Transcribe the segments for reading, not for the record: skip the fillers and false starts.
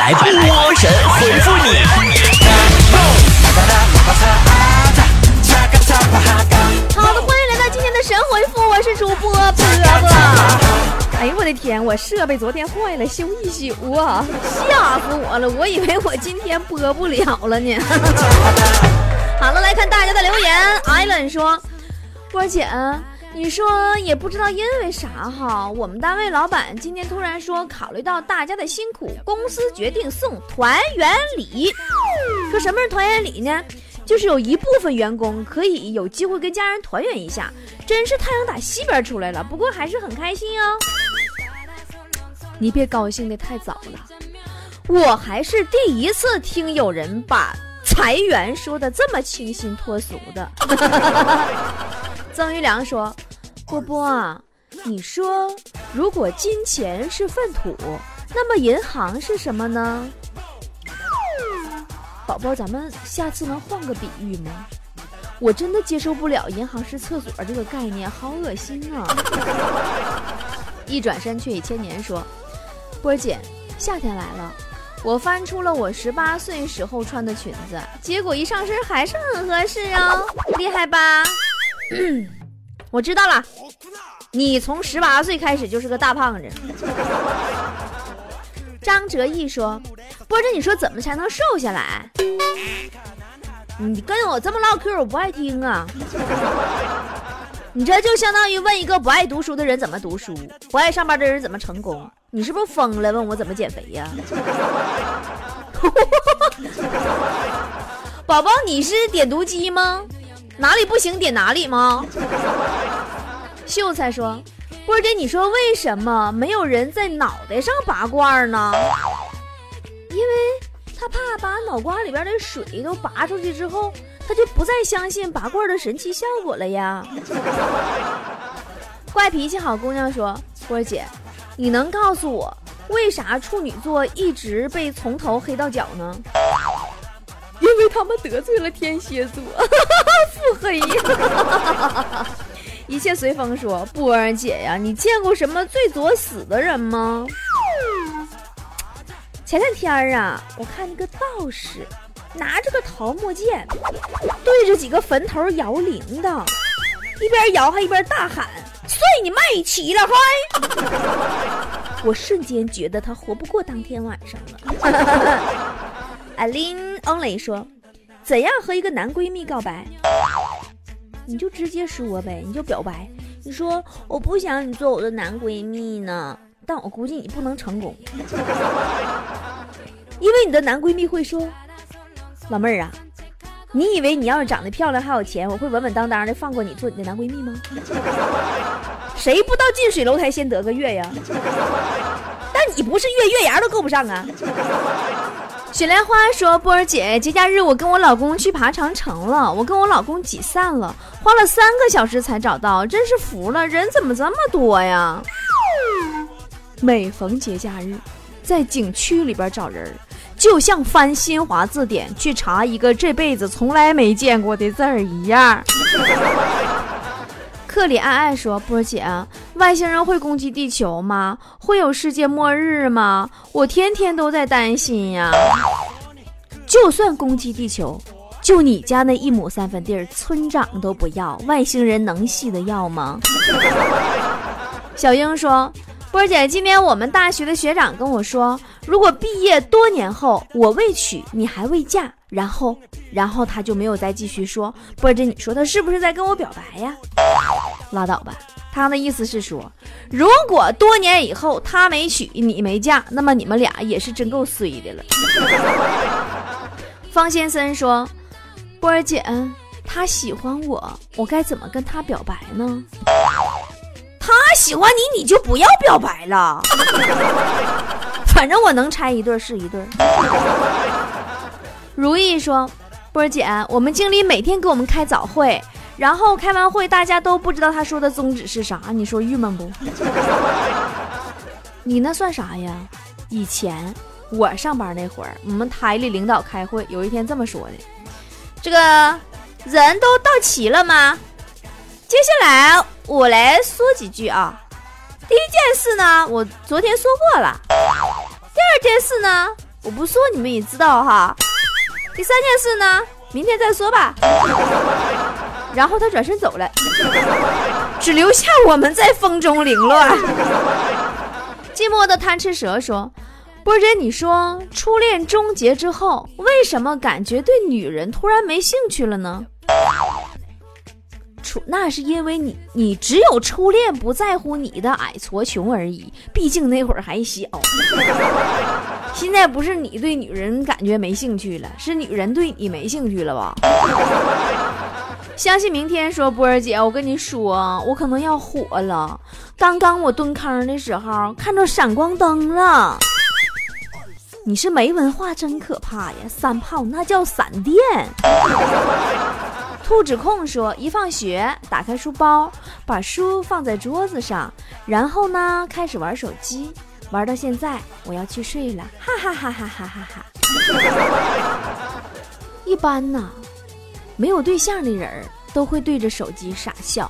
来波神回复你。 好的，欢迎来到今天的神回复，我是主播波波。哎呦我的天，我设备昨天坏了，修一宿啊，吓死我了，我以为我今天播不了了呢。好了，来看大家的留言。艾伦说，波姐，你说也不知道因为啥哈，我们单位老板今天突然说考虑到大家的辛苦，公司决定送团圆礼。说什么是团圆礼呢？就是有一部分员工可以有机会跟家人团圆一下，真是太阳打西边出来了，不过还是很开心哦。你别高兴得太早了，我还是第一次听有人把裁员说的这么清新脱俗的。曾玉良说，波波啊，你说如果金钱是粪土，那么银行是什么呢？宝宝，咱们下次能换个比喻吗？我真的接受不了银行是厕所这个概念，好恶心啊。一转身却已千年说，波姐，夏天来了，我翻出了我18岁时候穿的裙子，结果一上身还是很合适哦，厉害吧？我知道了，你从18岁开始就是个大胖子。张哲义说，波姐，你说怎么才能瘦下来？你跟我这么唠嗑我不爱听啊。你这就相当于问一个不爱读书的人怎么读书，不爱上班的人怎么成功。你是不是疯了？问我怎么减肥呀？宝宝，你是点读机吗？哪里不行点哪里吗？秀才说，波姐，你说为什么没有人在脑袋上拔罐呢？因为他怕把脑瓜里边的水都拔出去之后，他就不再相信拔罐的神奇效果了呀。怪脾气好姑娘说，波姐，你能告诉我为啥处女座一直被从头黑到脚呢？因为他们得罪了天蝎座。腹黑。一切随风说，波儿姐呀，你见过什么最作死的人吗？前两天啊，我看那个道士拿着个桃木剑，对着几个坟头摇铃铛，一边摇还一边大喊，碎你妹齐了嗨！我瞬间觉得他活不过当天晚上了。Aline Only 说，怎样和一个男闺蜜告白？你就直接说呗，你就表白，你说我不想你做我的男闺蜜呢，但我估计你不能成功，因为你的男闺蜜会说，老妹儿啊，你以为你要是长得漂亮还有钱，我会稳稳当当的放过你做你的男闺蜜吗？谁不到近水楼台先得个月呀？但你不是月牙都够不上啊。雪莲花说，波儿姐，节假日我跟我老公去爬长城了，我跟我老公挤散了，花了3个小时才找到，真是服了，人怎么这么多呀？每逢节假日在景区里边找人，就像翻新华字典去查一个这辈子从来没见过的字儿一样。克里爱爱说，波姐，外星人会攻击地球吗？会有世界末日吗？我天天都在担心呀。就算攻击地球，就你家那1亩3分地，村长都不要，外星人能吸的要吗？小英说，波姐，今天我们大学的学长跟我说，如果毕业多年后我未娶你还未嫁，然后他就没有再继续说。波姐，你说他是不是在跟我表白呀？拉倒吧，他的意思是说，如果多年以后他没娶你没嫁，那么你们俩也是真够衰的了。方先生说，波儿姐，他喜欢我，我该怎么跟他表白呢？他喜欢你，你就不要表白了。反正我能拆一对是一对。如意说，波儿姐，我们经理每天给我们开早会，然后开完会大家都不知道他说的宗旨是啥，你说郁闷不？你那算啥呀？以前我上班那会儿，我们台里领导开会，有一天这么说的，这个人都到齐了吗？接下来我来说几句啊。第一件事呢，我昨天说过了。第二件事呢， 我不说你们也知道哈。第3件事呢，明天再说吧。然后他转身走了，只留下我们在风中凌乱。寂寞的贪吃蛇说，波姐，你说初恋终结之后，为什么感觉对女人突然没兴趣了呢？那是因为你只有初恋不在乎你的矮矬穷而已，毕竟那会儿还小。现在不是你对女人感觉没兴趣了，是女人对你没兴趣了吧？相信明天说，波儿姐，我跟你说，我可能要火了。刚刚我蹲坑的时候看着闪光灯了。你是没文化真可怕呀，3炮那叫闪电。兔指控说，一放学打开书包，把书放在桌子上，然后呢开始玩手机，玩到现在我要去睡了，哈哈哈哈哈哈哈。一般呢没有对象的人都会对着手机傻笑。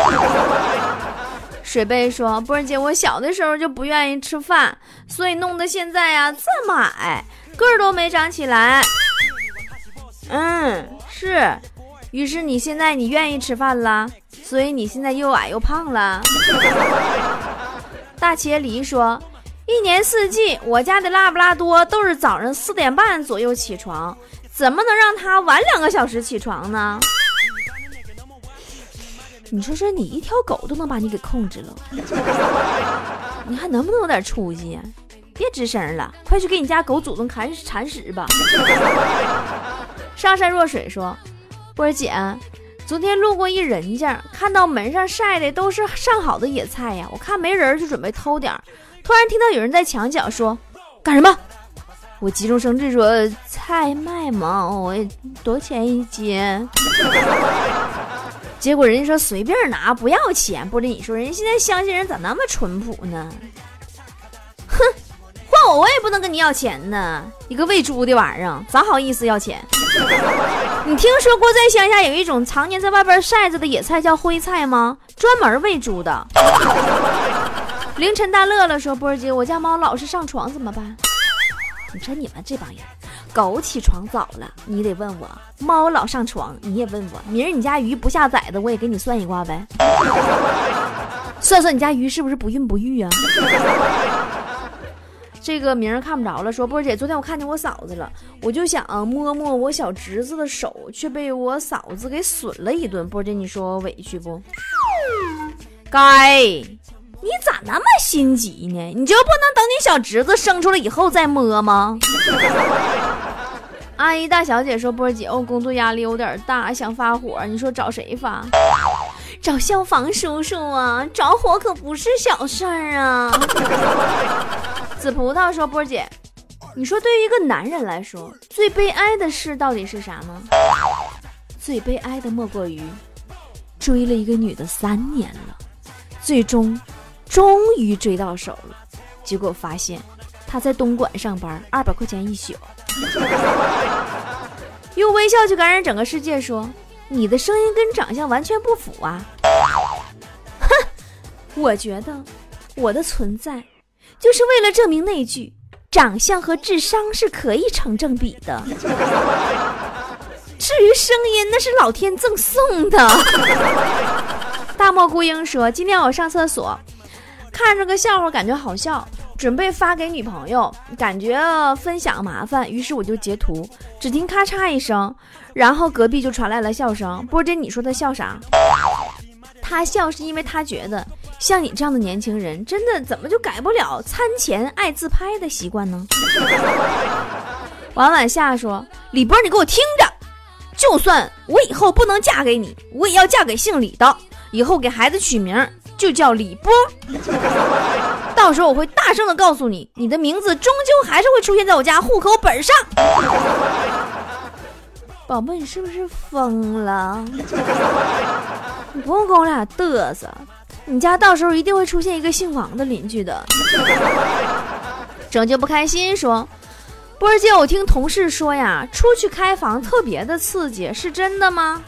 水杯说，波儿姐，我小的时候就不愿意吃饭，所以弄得现在呀这么矮，个儿都没长起来。是，于是你现在你愿意吃饭了，所以你现在又矮又胖了。大茄梨说，一年四季我家的拉布拉多都是早上4点半左右起床，怎么能让他晚2个小时起床呢？你说说，你一条狗都能把你给控制了，你还能不能有点出息呀？别吱声了，快去给你家狗祖宗铲屎吧。上善若水说，波儿姐，昨天路过一人家，看到门上晒的都是上好的野菜呀，我看没人就准备偷点，突然听到有人在墙角说，干什么？我急中生智说，菜卖吗？我多少钱一斤？结果人家说随便拿，不要钱。不是你说人家现在乡下人咋那么淳朴呢？哼，换我也不能跟你要钱呢，一个喂猪的玩意儿，咋好意思要钱？你听说过在乡下有一种常年在外边晒着的野菜叫灰菜吗？专门喂猪的。凌晨大乐了说，波儿姐，我家猫老是上床怎么办？你说你们这帮人，狗起床早了你得问我，猫老上床你也问我，明儿你家鱼不下崽子我也给你算一卦呗。算算你家鱼是不是不孕不育啊？这个名儿看不着了，说波儿姐，昨天我看见我嫂子了，我就想摸摸我小侄子的手，却被我嫂子给损了一顿。波儿姐，你说我委屈不？该，你咋那么心急呢？你就不能等你小侄子生出来以后再摸吗？阿姨大小姐说，波儿姐，我工作压力有点大，想发火，你说找谁发？找消防叔叔啊，着火可不是小事儿啊。紫葡萄说，波儿姐，你说对于一个男人来说，最悲哀的事到底是啥呢？最悲哀的莫过于追了一个女的3年了，最终于追到手了，结果发现她在东莞上班，200块钱一宿。用微笑去感染整个世界说，你的声音跟长相完全不符啊。哼，我觉得我的存在就是为了证明那句长相和智商是可以成正比的。至于声音，那是老天赠送的。大漠孤鹰说，今天我上厕所看着个笑话感觉好笑，准备发给女朋友，感觉分享麻烦，于是我就截图，只听咔嚓一声，然后隔壁就传来了笑声。波姐，你说他笑啥？他笑是因为他觉得像你这样的年轻人真的怎么就改不了餐前爱自拍的习惯呢？晚晚夏说，李波，你给我听着，就算我以后不能嫁给你，我也要嫁给姓李的，以后给孩子取名就叫李波。到时候我会大声的告诉你，你的名字终究还是会出现在我家户口本上。宝贝，你是不是疯了？你不用跟我俩嘚瑟，你家到时候一定会出现一个姓王的邻居的。拯救不开心说，波儿姐，我听同事说呀，出去开房特别的刺激，是真的吗？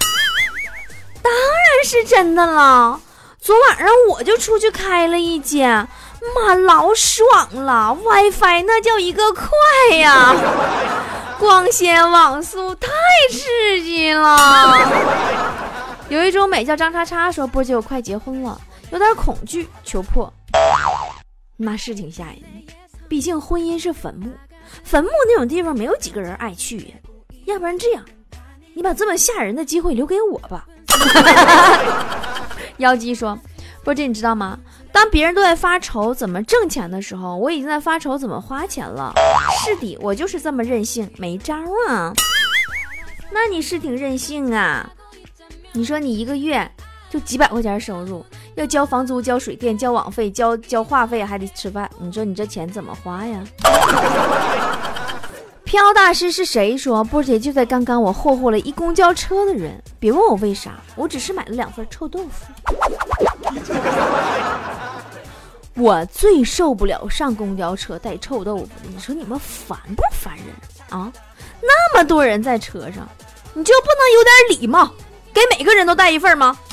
当然是真的了，昨晚上我就出去开了一间， 妈，老爽了 ，WiFi 那叫一个快呀，光纤网速太刺激了。有一种美叫张叉叉说，波姐我快结婚了，有点恐惧，求破。那是挺吓人的，毕竟婚姻是坟墓，坟墓那种地方没有几个人爱去呀。要不然这样，你把这么吓人的机会留给我吧。妖姬说，波姐你知道吗，当别人都在发愁怎么挣钱的时候，我已经在发愁怎么花钱了。是的，我就是这么任性，没招啊。那你是挺任性啊，你说你一个月就几百块钱收入，要交房租、交水电、交网费、交话费，还得吃饭，你说你这钱怎么花呀？飘大师是谁说，波姐就在刚刚我霍霍了一公交车的人，别问我为啥，我只是买了2份臭豆腐。我最受不了上公交车带臭豆腐的，你说你们烦不烦人啊？那么多人在车上，你就不能有点礼貌，给每个人都带一份吗？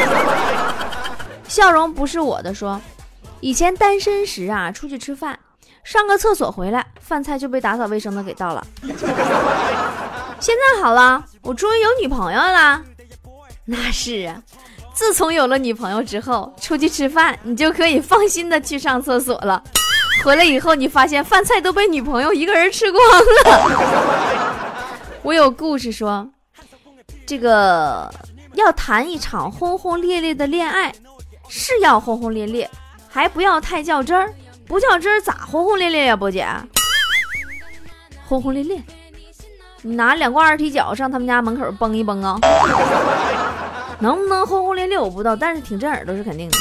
笑容不是我的说，以前单身时啊，出去吃饭，上个厕所回来，饭菜就被打扫卫生的给倒了。现在好了，我终于有女朋友了。那是啊，自从有了女朋友之后，出去吃饭你就可以放心的去上厕所了。回来以后你发现饭菜都被女朋友一个人吃光了。我有故事说，这个要谈一场轰轰烈烈的恋爱，是要轰轰烈烈，还不要太较真儿。不较真儿咋轰轰烈烈呀，波姐？轰轰烈烈，你拿2挂二踢脚上他们家门口蹦一蹦啊？能不能轰轰烈烈我不知道，但是挺震耳朵是肯定的。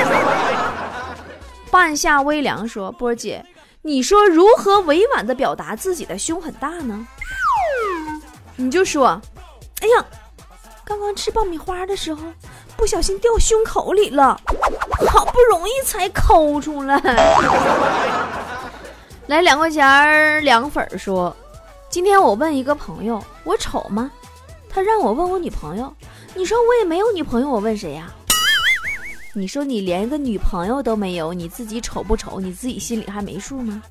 半夏微凉说，波姐，你说如何委婉的表达自己的胸很大呢？你就说，哎呀，刚刚吃爆米花的时候不小心掉胸口里了，好不容易才抠出来。来2块钱2粉说，今天我问一个朋友我丑吗？他让我问我女朋友，你说我也没有女朋友，我问谁呀？你说你连个女朋友都没有，你自己丑不丑，你自己心里还没数吗？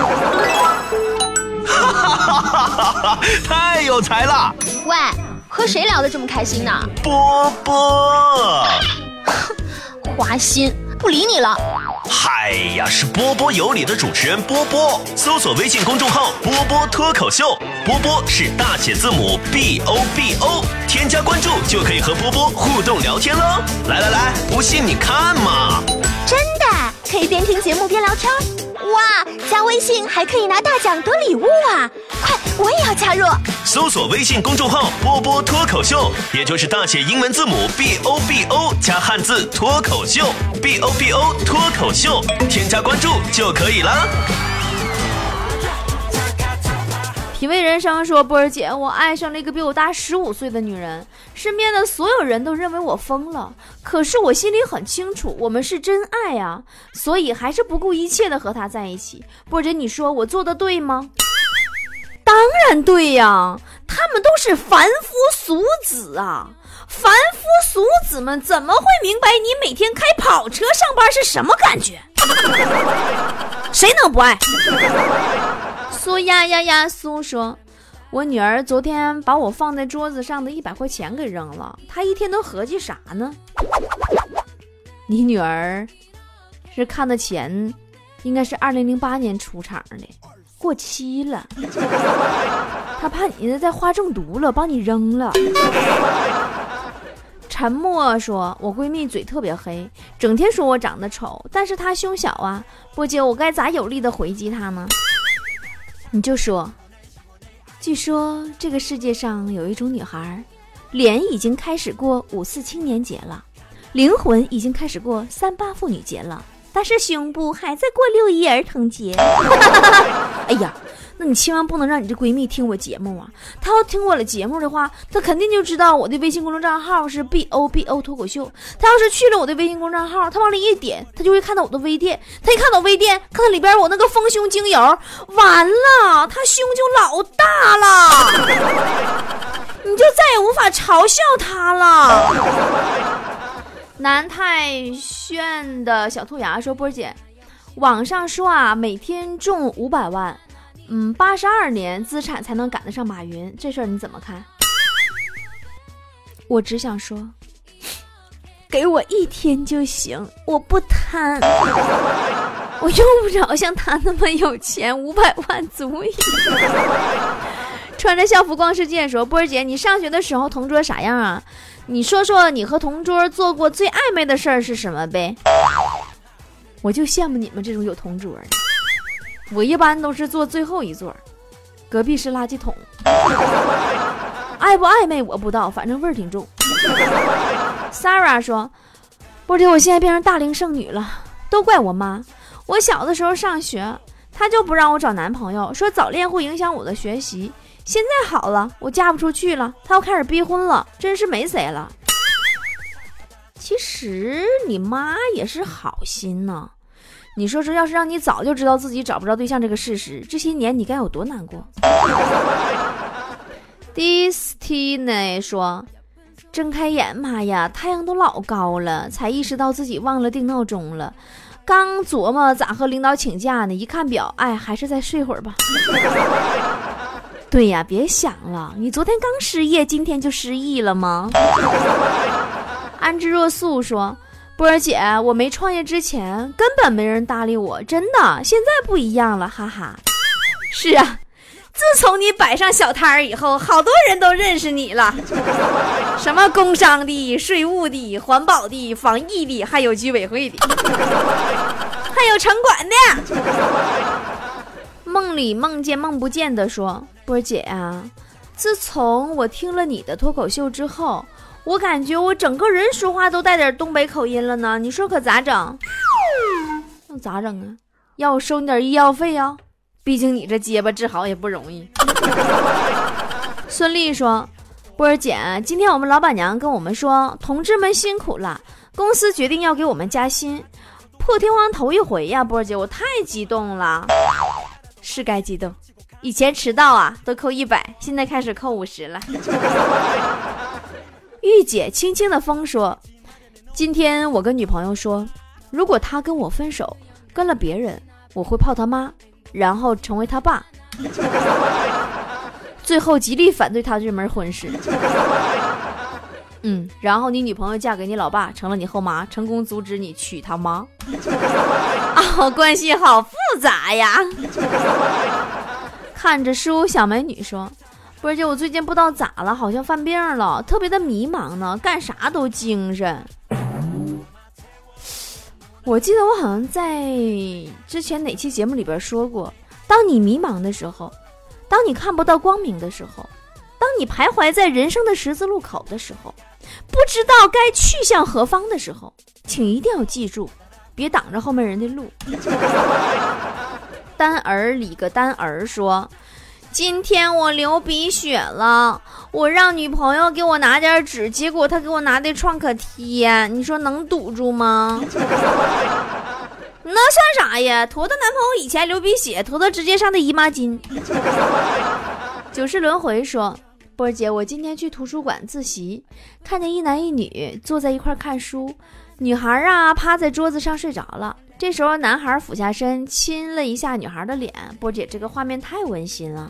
太有才了！ 喂，和谁聊得这么开心呢？ 波波， 花心，不理你了。 嗨呀，是波波有理的主持人波波，搜索微信公众号波波脱口秀，波波是大写字母 BOBO， 添加关注就可以和波波互动聊天喽。来，不信你看嘛。 真的，可以边听节目边聊天。哇，加微信还可以拿大奖得礼物啊！快，我也要加入。 搜索微信公众号波波脱口秀，也就是大写英文字母 BOBO 加汉字脱口秀 BOBO 脱口秀，添加关注就可以了。 品味人生说，波儿姐，我爱上了一个比我大15岁的女人，身边的所有人都认为我疯了，可是我心里很清楚我们是真爱啊，所以还是不顾一切的和她在一起。波儿姐，你说我做的对吗？当然对呀，他们都是凡夫俗子啊，凡夫俗子们怎么会明白你每天开跑车上班是什么感觉？谁能不爱？苏呀苏说，我女儿昨天把我放在桌子上的100块钱给扔了，她一天都合计啥呢？你女儿是看的钱应该是2008年出厂的，过期了，她怕你在花中毒了，帮你扔了。沉默说，我闺蜜嘴特别黑，整天说我长得丑，但是她胸小啊，波姐我该咋有力的回击她呢？你就说，据说这个世界上有一种女孩，脸已经开始过5·4青年节了，灵魂已经开始过3·8妇女节了，但是胸部还在过6·1儿童节。哎呀，那你千万不能让你这闺蜜听我节目啊！她要听我的节目的话，她肯定就知道我的微信公众账号是 BOBO 脱口秀。她要是去了我的微信公众账号，她往里一点，她就会看到我的微店。她一看到微店，看到里边我那个丰胸精油，完了，她胸就老大了，你就再也无法嘲笑她了。南太炫的小兔牙说，波姐， 网上说啊，每天中500万，82年资产才能赶得上马云，这事儿你怎么看？我只想说，给我1天就行，我不贪，我用不着像他那么有钱，500万足矣。穿着校服逛世界说，波儿姐，你上学的时候同桌啥样啊？你说说你和同桌做过最暧昧的事儿是什么呗？我就羡慕你们这种有同桌的，我一般都是坐最后一座，隔壁是垃圾桶。爱不暧昧我不知道，反正味儿挺重。Sarah 说，波姐，我现在变成大龄剩女了，都怪我妈。我小的时候上学，她就不让我找男朋友，说早恋会影响我的学习。现在好了，我嫁不出去了，她要开始逼婚了，真是没谁了。其实你妈也是好心呢，你说要是让你早就知道自己找不着对象这个事实，这些年你该有多难过。Destiny 说，睁开眼，妈呀，太阳都老高了，才意识到自己忘了定闹钟了，刚琢磨咋和领导请假呢，一看表，哎，还是再睡会儿吧。对呀，别想了，你昨天刚失业，今天就失忆了吗？安之若素说，波儿姐，我没创业之前根本没人搭理我，真的，现在不一样了，哈哈。是啊，自从你摆上小摊儿以后，好多人都认识你了，什么工商的、税务的、环保的、防疫的，还有居委会的，还有城管的。梦里梦见梦不见的说，波儿姐啊，自从我听了你的脱口秀之后，我感觉我整个人说话都带点东北口音了呢，你说可咋整？那咋整啊？要我收你点医药费啊，毕竟你这结巴治好也不容易。孙俪说，波儿姐，今天我们老板娘跟我们说，同志们辛苦了，公司决定要给我们加薪，破天荒头一回呀，波儿姐，我太激动了。是该激动，以前迟到啊都扣100，现在开始扣50了。玉姐轻轻的风说，今天我跟女朋友说，如果她跟我分手，跟了别人，我会泡她妈，然后成为她爸，最后极力反对她这门婚事。然后你女朋友嫁给你老爸，成了你后妈，成功阻止你娶她妈。关系好复杂呀。看着书，小美女说，波儿姐，我最近不知道咋了，好像犯病了，特别的迷茫呢，干啥都精神。我记得我好像在之前哪期节目里边说过，当你迷茫的时候，当你看不到光明的时候，当你徘徊在人生的十字路口的时候，不知道该去向何方的时候，请一定要记住，别挡着后面人的路。单儿里个单儿说，今天我流鼻血了，我让女朋友给我拿点纸，结果她给我拿的创可贴，你说能堵住吗？那算啥呀，坨的男朋友以前流鼻血，坨的直接上的姨妈巾。九世轮回说，波儿姐，我今天去图书馆自习，看见一男一女坐在一块看书，女孩啊趴在桌子上睡着了，这时候男孩俯下身亲了一下女孩的脸，波姐，这个画面太温馨了。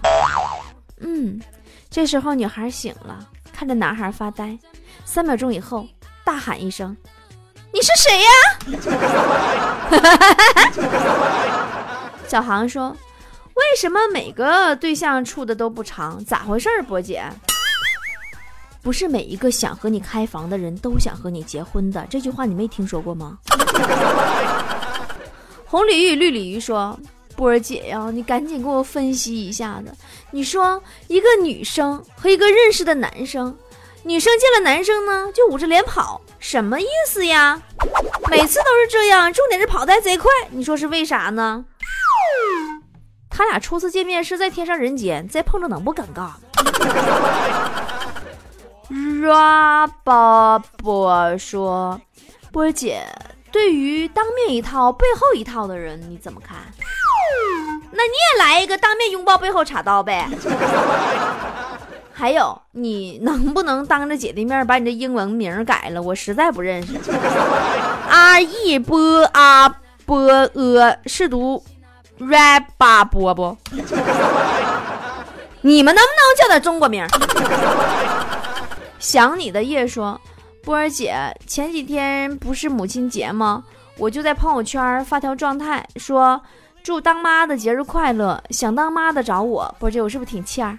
这时候女孩醒了，看着男孩发呆，3秒钟以后大喊一声，你是谁呀？小航说，为什么每个对象处的都不长，咋回事波姐？不是每一个想和你开房的人都想和你结婚的，这句话你没听说过吗？红鲤鱼绿鲤鱼说，波儿姐呀，你赶紧给我分析一下子，你说一个女生和一个认识的男生，女生见了男生呢就捂着脸跑，什么意思呀？每次都是这样，重点是跑得贼快，你说是为啥呢？他俩初次见面是在天上人间，再碰着能不尴尬吗？Rababo 说，波儿姐，对于当面一套背后一套的人你怎么看？那你也来一个当面拥抱背后插刀呗。还有，你能不能当着姐弟面把你的英文名改了，我实在不认识。阿一波阿波波是读 rap 巴波不？你们能不能叫点中国名？想你的夜说，波儿姐，前几天不是母亲节吗？我就在朋友圈发条状态说祝当妈的节日快乐，想当妈的找我。波儿姐，我是不是挺欠儿？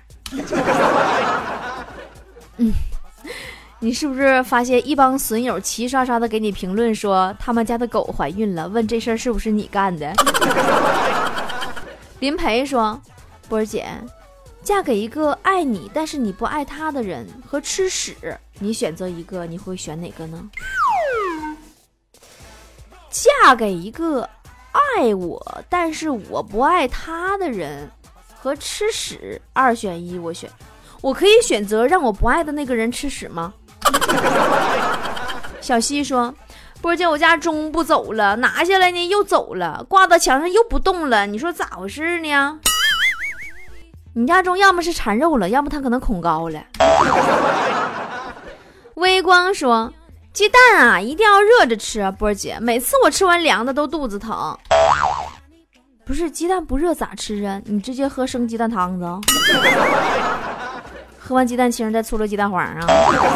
你是不是发现一帮损友齐刷刷的给你评论说他们家的狗怀孕了，问这事儿是不是你干的？林培说，波儿姐，嫁给一个爱你但是你不爱他的人和吃屎，你选择一个，你会选哪个呢？嫁给一个爱我但是我不爱他的人和吃屎，2选1，我可以选择让我不爱的那个人吃屎吗？小西说，波姐，我家钟不走了，拿下来呢又走了，挂到墙上又不动了，你说咋回事呢？你家钟要么是馋肉了，要么他可能恐高了。微光说，鸡蛋啊一定要热着吃啊，波姐，每次我吃完凉的都肚子疼。不是，鸡蛋不热咋吃啊？你直接喝生鸡蛋汤子，喝完鸡蛋清再搓了鸡蛋黄啊。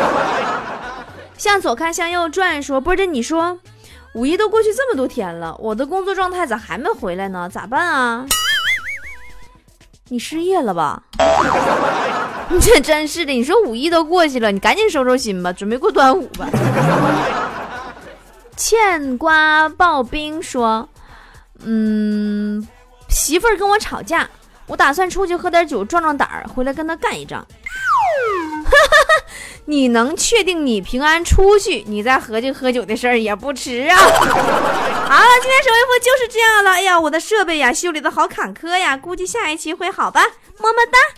向左看向右转说，波姐，你说5一都过去这么多天了，我的工作状态咋还没回来呢？咋办啊？你失业了吧？你这真是的，你说5一都过去了，你赶紧收收心吧，准备过端午吧。欠瓜刨冰说，媳妇儿跟我吵架，我打算出去喝点酒壮壮胆儿，回来跟他干一仗。你能确定你平安出去，你再合计喝酒的事儿也不迟啊。好了，今天手回复就是这样了。哎呀，我的设备呀修理的好坎坷呀，估计下一期会好吧，么么哒。